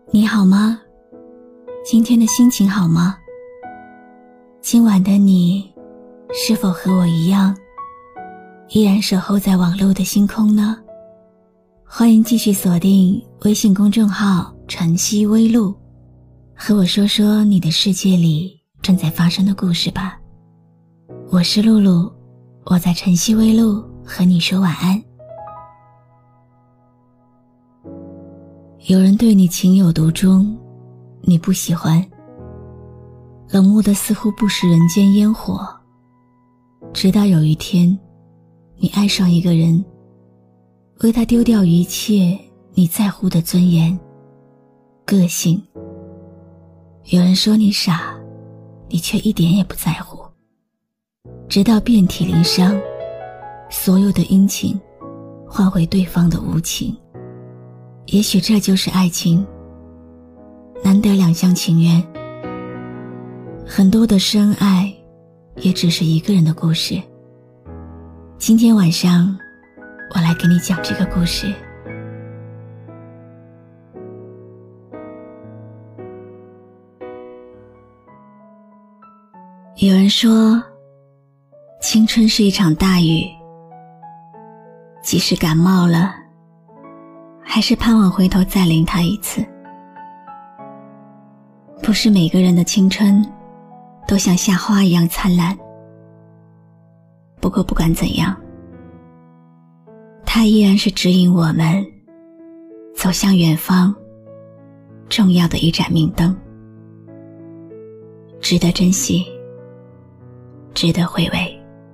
你好吗？今天的心情好吗？今晚的你是否和我一样，依然守候在网络的星空呢？欢迎继续锁定微信公众号晨曦微露，和我说说你的世界里正在发生的故事吧。我是露露，我在晨曦微露和你说晚安。有人对你情有独钟，你不喜欢，冷漠的似乎不食人间烟火，直到有一天你爱上一个人，为他丢掉一切你在乎的尊严个性。有人说你傻，你却一点也不在乎，直到遍体鳞伤，所有的殷勤换回对方的无情。也许这就是爱情，难得两厢情愿。很多的深爱也只是一个人的故事。今天晚上我来给你讲这个故事。有人说，青春是一场大雨，即使感冒了，还是盼望回头再淋它一次。不是每个人的青春都像夏花一样灿烂，不过不管怎样，它依然是指引我们走向远方重要的一盏明灯，值得珍惜，值得回味。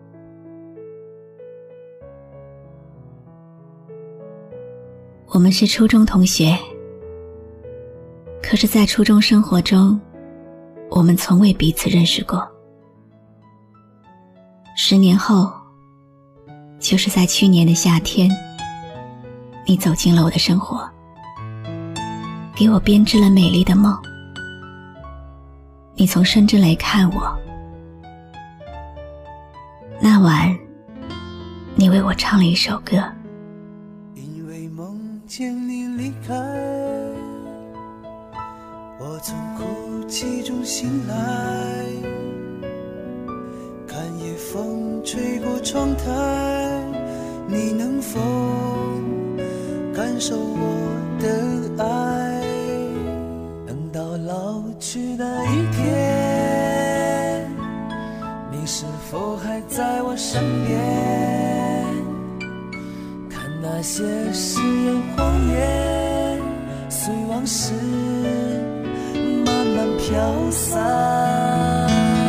我们是初中同学，可是在初中生活中，我们从未彼此认识过。10年后，就是在去年的夏天，你走进了我的生活，给我编织了美丽的梦。你从深圳来看我，那晚你为我唱了一首歌。 因为梦见你离开，我从哭泣中醒来，看夜风吹过窗台，你能否感受我的爱？等到老去的一天，你是否还在我身边？看那些誓言谎言，随往事慢慢飘散。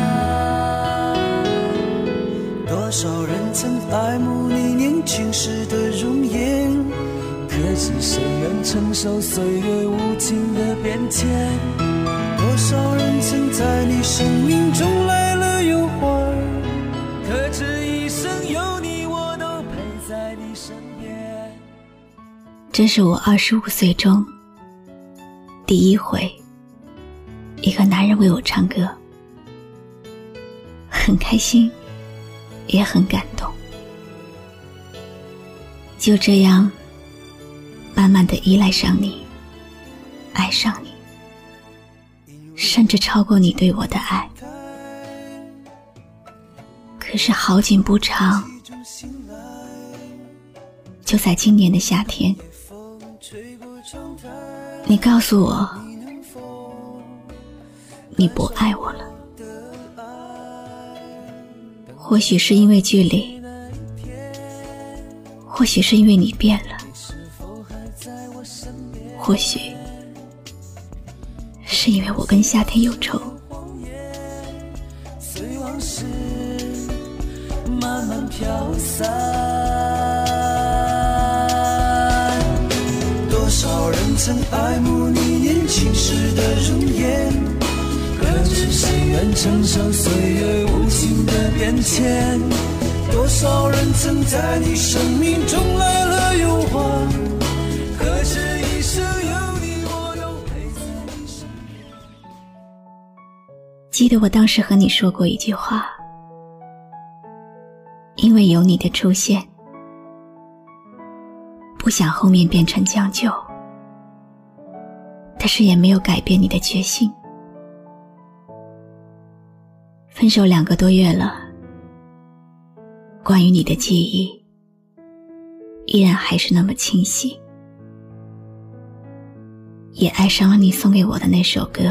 多少人曾爱慕你年轻时的容颜，可知谁愿承受岁月无情的变迁？多少人曾在你生命中来了又还，可知一生有你我都陪在你身边。 这是我25岁中第一回一个男人为我唱歌，很开心也很感动。就这样慢慢地依赖上你，爱上你，甚至超过你对我的爱。可是好景不长，就在今年的夏天，你告诉我你不爱我了。或许是因为距离，或许是因为你变了，或许是因为我跟夏天有仇。 随往事慢慢飘散。多少人曾爱慕你年轻时的容颜，可知谁愿承受岁月无情的变迁？多少人曾在你生命中来了又还，可知一生有你我都陪在你身边。 记得我当时和你说过一句话，因为有你的出现，不想后面变成将就， 可是也没有改变你的决心。分手2个多月了，关于你的记忆依然还是那么清晰，也爱上了你送给我的那首歌。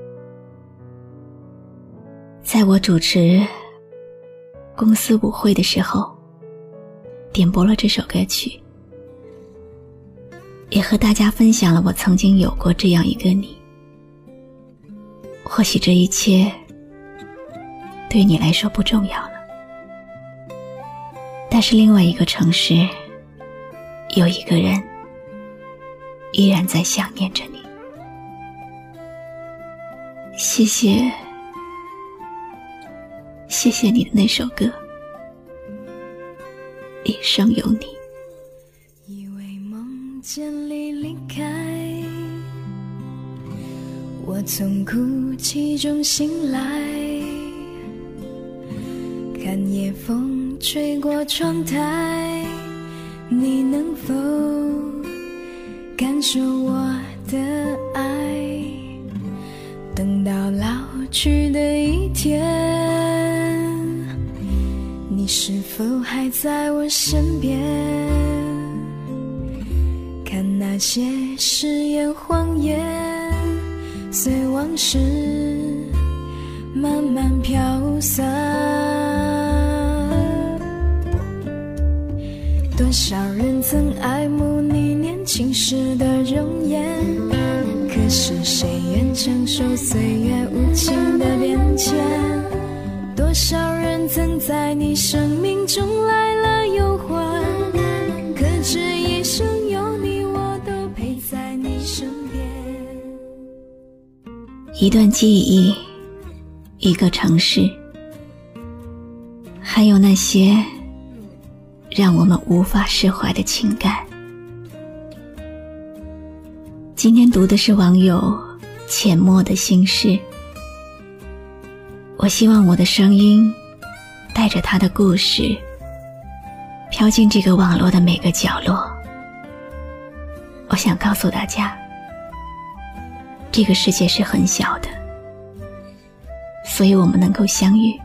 在我主持公司舞会的时候，点播了这首歌曲，也和大家分享了我曾经有过这样一个你。或许这一切对你来说不重要了，但是另外一个城市有一个人依然在想念着你。谢谢你的那首歌，一生有你。 以为梦见你离开，我从哭泣中醒来，看夜风吹过窗台，你能否感受我的爱？等到老去的一天，你是否还在我身边？看那些誓言谎言，随往事慢慢飘散。多少人曾爱慕你年轻时的容颜，可是谁愿承受岁月无情的变迁？多少人曾在你生命中来了又还，可知一生有你，我都陪在你身边。 一段记忆，一个城市，还有那些让我们无法释怀的情感。今天读的是网友浅墨的心事。我希望我的声音带着他的故事飘进这个网络的每个角落。我想告诉大家，这个世界是很小的，所以我们能够相遇，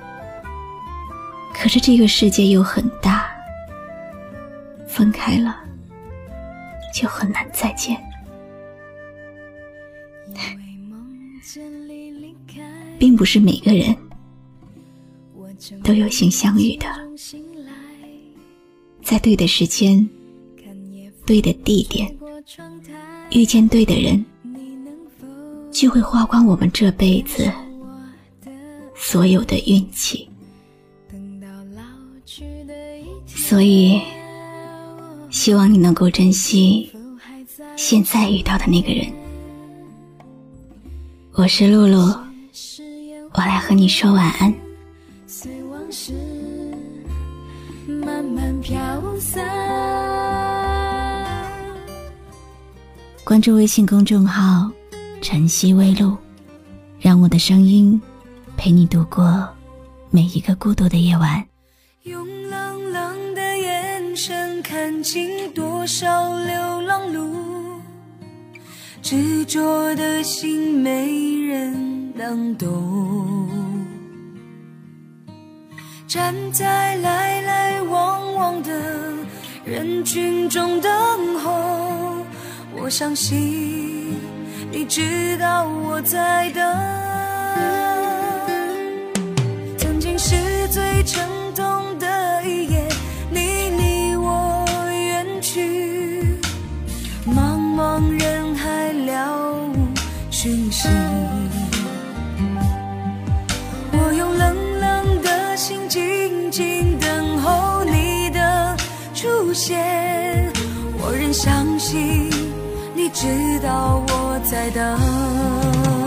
可是这个世界又很大，分开了就很难再见。并不是每个人都有幸相遇的，在对的时间、对的地点遇见对的人，就会花光我们这辈子所有的运气。所以希望你能够珍惜现在遇到的那个人。我是露露，我来和你说晚安。 随往事慢慢飘散。 关注微信公众号晨曦微露，让我的声音陪你度过每一个孤独的夜晚。 用冷冷的眼神看尽多少流浪路，执着的心没人能懂，站在来来往往的人群中等候，我相信你知道我在等。曾经是最沉痛的一夜，你我远去，茫茫人海了无讯息，我用冷冷的心静静等候你的出现，我仍相信你知道我在等。